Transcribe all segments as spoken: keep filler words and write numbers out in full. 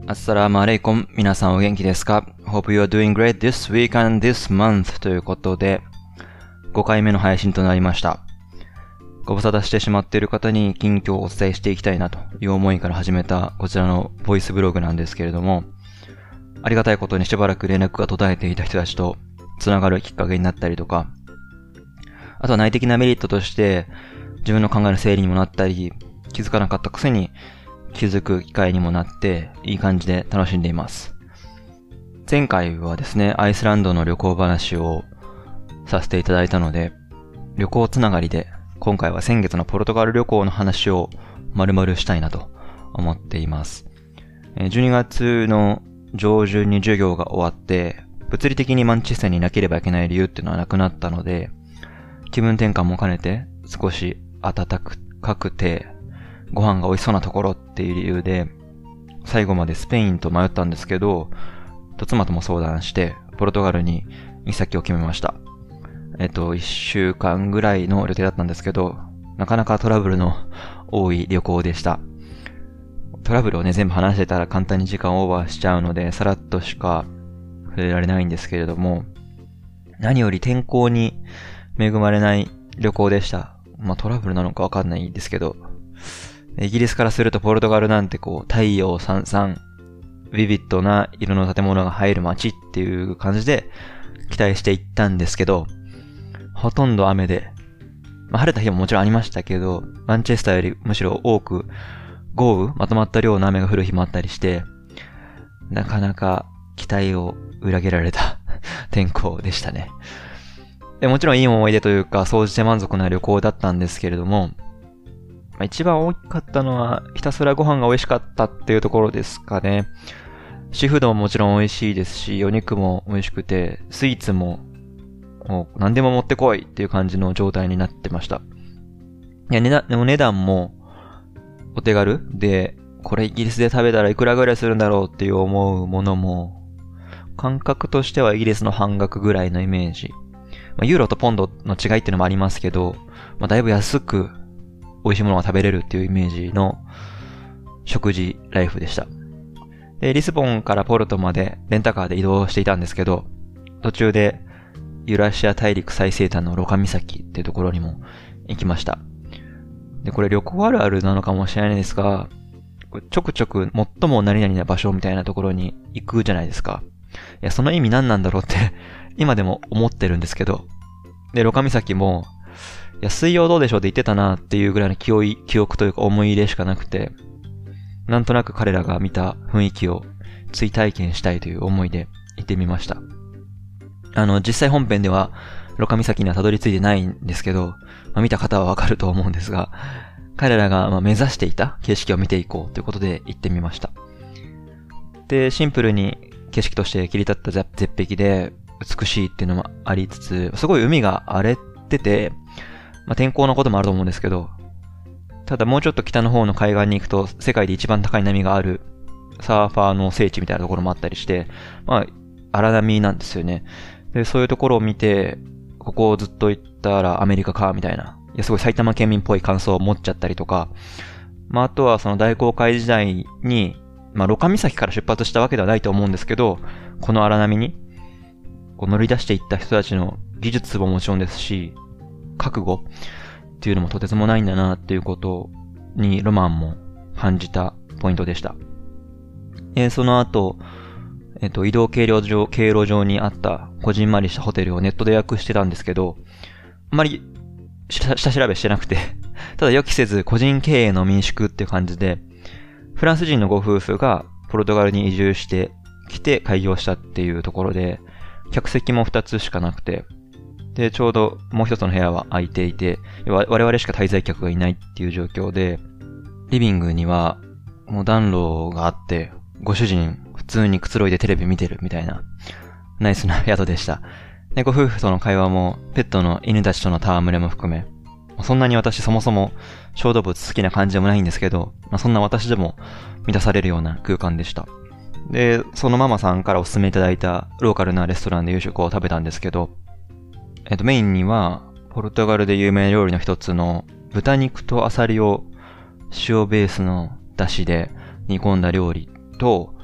アッサラムアレイコン。皆さんお元気ですか？ Hope you are doing great this week and this month ということで、ごかいめの配信となりました。ご無沙汰してしまっている方に近況をお伝えしていきたいなという思いから始めたこちらのボイスブログなんですけれども、ありがたいことにしばらく連絡が途絶えていた人たちとつながるきっかけになったりとか、あとは内的なメリットとして自分の考えの整理にもなったり、気づかなかったくせに気づく機会にもなっていい感じで楽しんでいます。前回はですね、アイスランドの旅行話をさせていただいたので、旅行つながりで今回は先月のポルトガル旅行の話を丸々したいなと思っています。じゅうにがつの上旬に授業が終わって、物理的にマンチェスターにいなければいけない理由っていうのはなくなったので、気分転換も兼ねて少し暖かくてご飯が美味しそうなところっていう理由で最後までスペインと迷ったんですけど、と妻とも相談してポルトガルに行き先を決めました。えっといっしゅうかんぐらいの予定だったんですけど、なかなかトラブルの多い旅行でした。トラブルをね全部話してたら簡単に時間オーバーしちゃうのでさらっとしか触れられないんですけれども、何より天候に恵まれない旅行でした。まあトラブルなのかわかんないですけど、イギリスからするとポルトガルなんてこう太陽さんさん、ビビッドな色の建物が入る街っていう感じで期待していったんですけど、ほとんど雨で、まあ、晴れた日ももちろんありましたけど、マンチェスターよりむしろ多く豪雨、まとまった量の雨が降る日もあったりして、なかなか期待を裏切られた天候でしたね。でもちろんいい思い出というか、総じて満足な旅行だったんですけれども、まあ、一番大きかったのはひたすらご飯が美味しかったっていうところですかね。シーフードももちろん美味しいですし、お肉も美味しくて、スイーツももう何でも持ってこいっていう感じの状態になってました。いや、値段、でも値段もお手軽で、これイギリスで食べたらいくらぐらいするんだろうっていう思うものも、感覚としてはイギリスの半額ぐらいのイメージ。まあ、ユーロとポンドの違いっていうのもありますけど、まあ、だいぶ安く美味しいものが食べれるっていうイメージの食事ライフでした。で、リスボンからポルトまでレンタカーで移動していたんですけど、途中でユーラシア大陸最西端のロカ岬っていうところにも行きました。で、これ旅行あるあるなのかもしれないですが、ちょくちょく最も何々な場所みたいなところに行くじゃないですか。いや、その意味何なんだろうって今でも思ってるんですけど。で、ロカ岬も、いや、水曜どうでしょうって言ってたなっていうぐらいの記憶、記憶というか思い入れしかなくて、なんとなく彼らが見た雰囲気を追体験したいという思いで行ってみました。あの、実際本編では、ロカ岬にはたどり着いてないんですけど、まあ、見た方はわかると思うんですが、彼らがまあ目指していた景色を見ていこうということで行ってみました。で、シンプルに景色として切り立った絶壁で美しいっていうのもありつつ、すごい海が荒れてて、まあ、天候のこともあると思うんですけど、ただもうちょっと北の方の海岸に行くと世界で一番高い波があるサーファーの聖地みたいなところもあったりして、まあ、荒波なんですよね。で、そういうところを見て、ここをずっと行ったらアメリカか、みたいな。いや、すごい埼玉県民っぽい感想を持っちゃったりとか、まあ、あとはその大航海時代に、まあ、ロカ岬から出発したわけではないと思うんですけど、この荒波に、こう乗り出していった人たちの技術ももちろんですし、覚悟っていうのもとてつもないんだなっていうことにロマンも感じたポイントでした。えー、その後、えっと、移動経路上、経路上にあったこじんまりしたホテルをネットで予約してたんですけど、あまり下調べしてなくて、ただ予期せず個人経営の民宿っていう感じで、フランス人のご夫婦がポルトガルに移住してきて開業したっていうところで、客席もふたつしかなくて、で、ちょうどもう一つの部屋は空いていて、我々しか滞在客がいないっていう状況で、リビングにはもう暖炉があって、ご主人普通にくつろいでテレビ見てるみたいな、ナイスな宿でした。で、ご夫婦との会話も、ペットの犬たちとの戯れも含め、そんなに私そもそも小動物好きな感じでもないんですけど、まあ、そんな私でも満たされるような空間でした。で、そのママさんからお勧めいただいたローカルなレストランで夕食を食べたんですけど、えっと、メインには、ポルトガルで有名料理の一つの豚肉とアサリを塩ベースの出汁で煮込んだ料理と、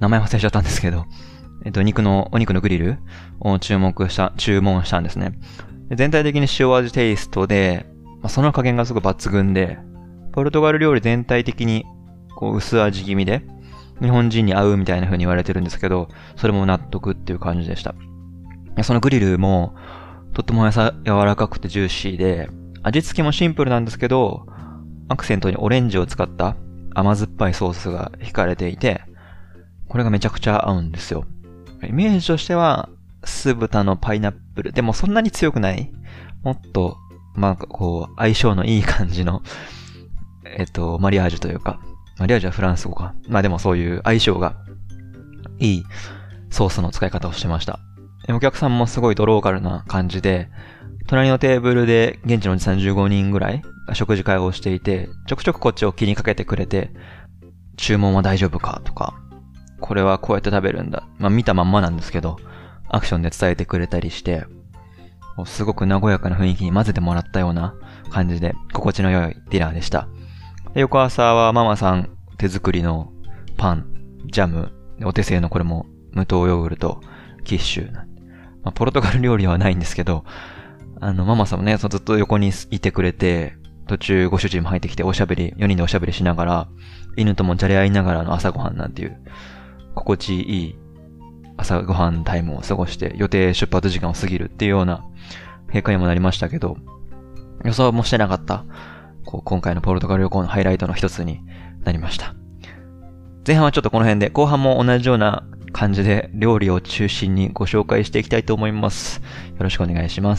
名前忘れちゃったんですけど、えっと、肉の、お肉のグリルを注目した、注文したんですね。で全体的に塩味テイストで、まあ、その加減がすごい抜群で、ポルトガル料理全体的にこう薄味気味で、日本人に合うみたいな風に言われてるんですけど、それも納得っていう感じでした。そのグリルも、とってもやさ柔らかくてジューシーで、味付けもシンプルなんですけど、アクセントにオレンジを使った甘酸っぱいソースが引かれていて、これがめちゃくちゃ合うんですよ。イメージとしては、酢豚のパイナップル。でもそんなに強くない？もっと、まあ、こう、相性のいい感じの、えっと、マリアージュというか、マリアージュはフランス語か。まあでもそういう相性がいいソースの使い方をしてました。お客さんもすごいドローカルな感じで、隣のテーブルで現地のおじさんじゅうごにんぐらい食事会をしていて、ちょくちょくこっちを気にかけてくれて、注文は大丈夫かとか、これはこうやって食べるんだ。まあ見たまんまなんですけど、アクションで伝えてくれたりして、すごく和やかな雰囲気に混ぜてもらったような感じで、心地の良いディナーでした。で翌朝はママさん手作りのパン、ジャム、お手製のこれも無糖ヨーグルト、キッシュ。まあ、ポルトガル料理はないんですけど、あの、ママさんもね、ずっと横にいてくれて、途中ご主人も入ってきておしゃべり、よにんでおしゃべりしながら、犬ともじゃれ合いながらの朝ごはんなんていう、心地いい朝ごはんタイムを過ごして、予定出発時間を過ぎるっていうような結果にもなりましたけど、予想もしてなかった、こう今回のポルトガル旅行のハイライトの一つになりました。前半はちょっとこの辺で、後半も同じような感じで料理を中心にご紹介していきたいと思います。よろしくお願いします。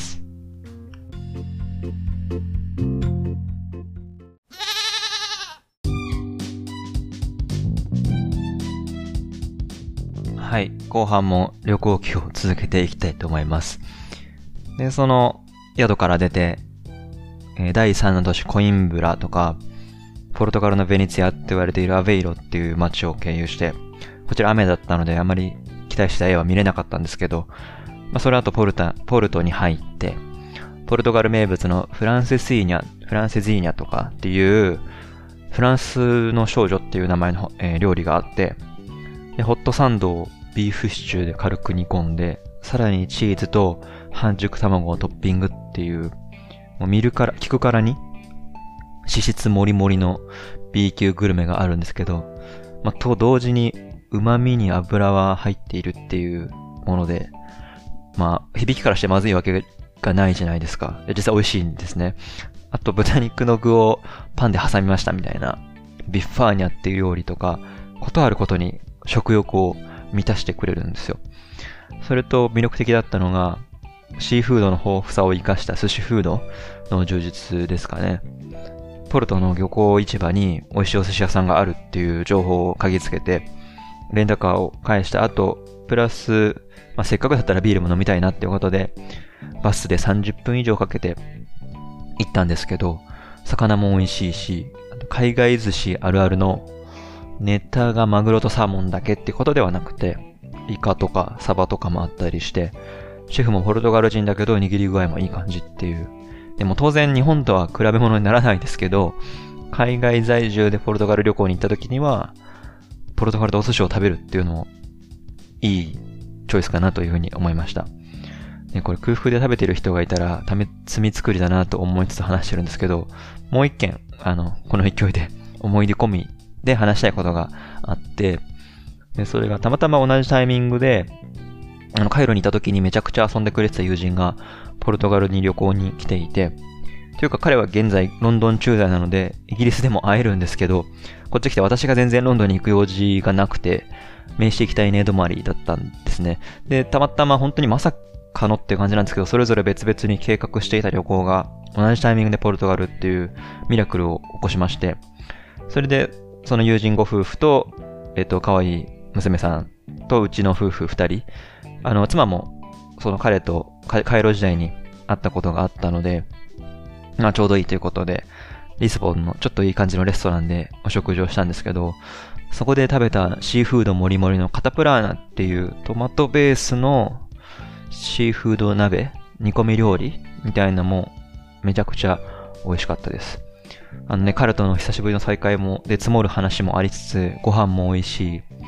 はい、後半も旅行記を続けていきたいと思います。で、その宿から出て、えー、だいさんの都市コインブラとか、ポルトガルのベネツィアって言われているアベイロっていう街を経由して、こちら雨だったのであまり期待した絵は見れなかったんですけど、まあ、その後ポルタ、ポルトに入って、ポルトガル名物のフランセスイーニャ、フランセズイーニャとかっていう、フランスの少女っていう名前の、えー、料理があって、で、ホットサンドをビーフシチューで軽く煮込んで、さらにチーズと半熟卵をトッピングっていう、もう見るから、聞くからに、脂質もりもりの B 級グルメがあるんですけど、まあ、と同時に旨味に油は入っているっていうもので、まあ、響きからしてまずいわけがないじゃないですか。実際美味しいんですね。あと豚肉の具をパンで挟みましたみたいな、ビッファーニャっていう料理とか、ことあることに食欲を満たしてくれるんですよ。それと魅力的だったのが、シーフードの豊富さを生かした寿司フードの充実ですかね。ポルトの漁港市場に美味しいお寿司屋さんがあるっていう情報を嗅ぎつけて、レンタカーを返した後、プラス、まあ、せっかくだったらビールも飲みたいなっていうことで、バスでさんじゅっぷん以上かけて行ったんですけど、魚も美味しいし、海外寿司あるあるのネタがマグロとサーモンだけってことではなくて、イカとかサバとかもあったりして、シェフもポルトガル人だけど握り具合もいい感じっていう。でも当然日本とは比べ物にならないですけど、海外在住でポルトガル旅行に行った時には、ポルトガルでお寿司を食べるっていうのもいいチョイスかなというふうに思いました。でこれ空腹で食べてる人がいたら、ため、積み作りだなと思いつつ話してるんですけど、もう一件、あの、この勢いで思い出込みで話したいことがあって、でそれがたまたま同じタイミングで、あの、カイロにいた時にめちゃくちゃ遊んでくれてた友人が、ポルトガルに旅行に来ていて、というか彼は現在ロンドン駐在なので、イギリスでも会えるんですけど、こっち来て私が全然ロンドンに行く用事がなくて、名刺行きたいね止まりだったんですね。で、たまたま本当にまさかのっていう感じなんですけど、それぞれ別々に計画していた旅行が、同じタイミングでポルトガルっていうミラクルを起こしまして、それで、その友人ご夫婦と、えっと、可愛い娘さんとうちの夫婦二人、あの、妻も、その彼とカイロ時代に会ったことがあったので、まあちょうどいいということで、リスボンのちょっといい感じのレストランでお食事をしたんですけど、そこで食べたシーフードもりもりのカタプラーナっていうトマトベースのシーフード鍋、煮込み料理みたいなのもめちゃくちゃ美味しかったです。あのね、彼との久しぶりの再会も、で積もる話もありつつ、ご飯も美味しい。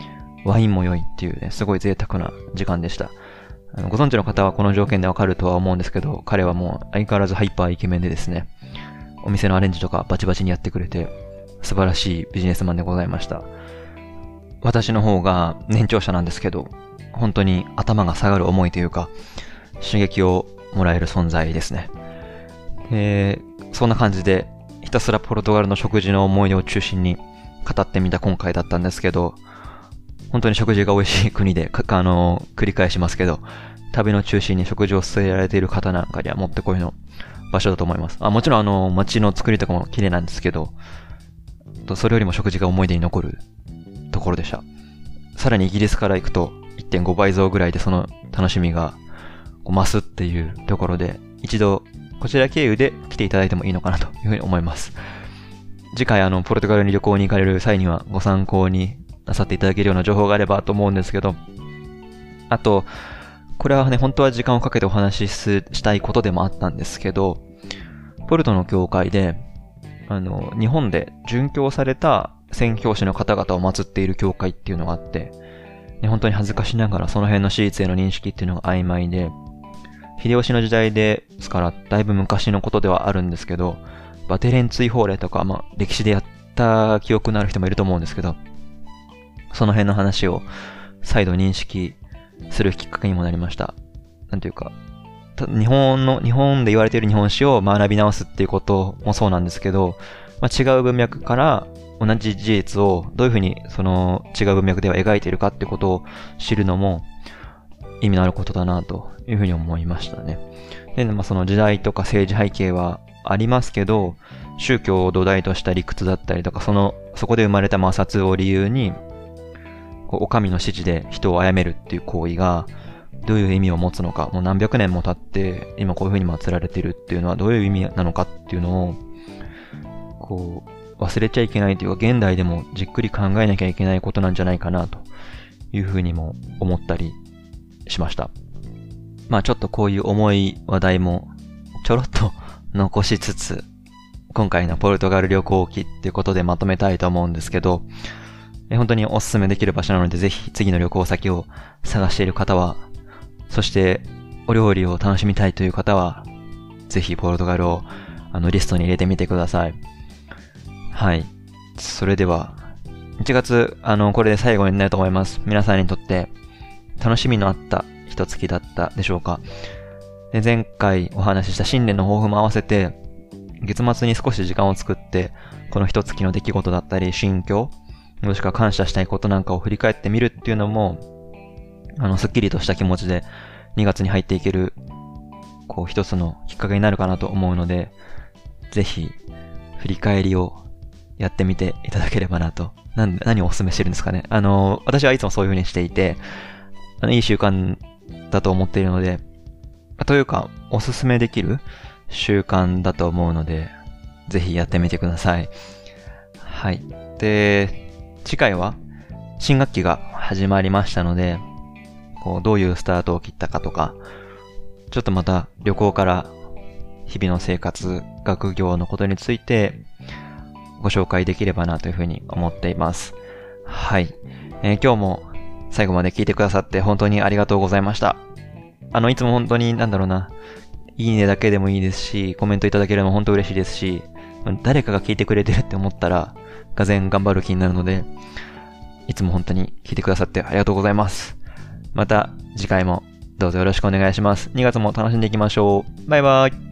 ワインも良いっていうね、すごい贅沢な時間でした。あのご存知の方はこの条件でわかるとは思うんですけど、彼はもう相変わらずハイパーイケメンでですね、お店のアレンジとかバチバチにやってくれて、素晴らしいビジネスマンでございました。私の方が年長者なんですけど、本当に頭が下がる思いというか、刺激をもらえる存在ですね。で、そんな感じで、ひたすらポルトガルの食事の思い出を中心に語ってみた今回だったんですけど、本当に食事が美味しい国で、あの、繰り返しますけど、旅の中心に食事を据えられている方なんかにはもってこいの場所だと思います。あ、もちろんあの、街の作りとかも綺麗なんですけど、それよりも食事が思い出に残るところでした。さらにイギリスから行くと いってんご 倍増ぐらいでその楽しみが増すっていうところで、一度こちら経由で来ていただいてもいいのかなというふうに思います。次回あの、ポルトガルに旅行に行かれる際にはご参考になさっていただけるような情報があればと思うんですけど、あと、これはね、本当は時間をかけてお話ししたいことでもあったんですけど、ポルトの教会で、あの、日本で殉教された宣教師の方々を祀っている教会っていうのがあって、ね、本当に恥ずかしながらその辺の史実への認識っていうのが曖昧で、秀吉の時代ですからだいぶ昔のことではあるんですけど、バテレン追放令とか、まあ、歴史でやった記憶のある人もいると思うんですけど、その辺の話を再度認識するきっかけにもなりました。なんていうか、日本の、日本で言われている日本史を学び直すっていうこともそうなんですけど、まあ、違う文脈から同じ事実をどういうふうにその違う文脈では描いているかってことを知るのも意味のあることだなというふうに思いましたね。で、まあ、その時代とか政治背景はありますけど、宗教を土台とした理屈だったりとか、その、そこで生まれた摩擦を理由に、こう、お上の指示で人を殺めるっていう行為が、どういう意味を持つのか、もう何百年も経って、今こういう風に祀られているっていうのはどういう意味なのかっていうのを、こう、忘れちゃいけないというか、現代でもじっくり考えなきゃいけないことなんじゃないかな、という風にも思ったりしました。まあちょっとこういう重い話題も、ちょろっと残しつつ、今回のポルトガル旅行記っていうことでまとめたいと思うんですけど、本当におすすめできる場所なので、ぜひ次の旅行先を探している方は、そしてお料理を楽しみたいという方は、ぜひポルトガルをあのリストに入れてみてください。はい。それでは、いちがつ、あの、これで最後になると思います。皆さんにとって楽しみのあった一月だったでしょうか。で、前回お話しした新年の抱負も合わせて、月末に少し時間を作って、この一月の出来事だったり、心境、もしくは感謝したいことなんかを振り返ってみるっていうのも、あの、スッキリとした気持ちでにがつに入っていける、こう一つのきっかけになるかなと思うので、ぜひ、振り返りをやってみていただければなと。なん、何をお勧めしてるんですかね。あの、私はいつもそういう風にしていて、あの、いい習慣だと思っているので、というか、おすすめできる習慣だと思うので、ぜひやってみてください。はい。で、次回は新学期が始まりましたので、こうどういうスタートを切ったかとか、ちょっとまた旅行から日々の生活、学業のことについてご紹介できればなというふうに思っています。はい。えー、今日も最後まで聞いてくださって本当にありがとうございました。あの、いつも本当になんだろうな、いいねだけでもいいですし、コメントいただけるのも本当嬉しいですし、誰かが聞いてくれてるって思ったら、がぜん頑張る気になるので、いつも本当に聞いてくださってありがとうございます。また次回もどうぞよろしくお願いします。にがつも楽しんでいきましょう。バイバイ。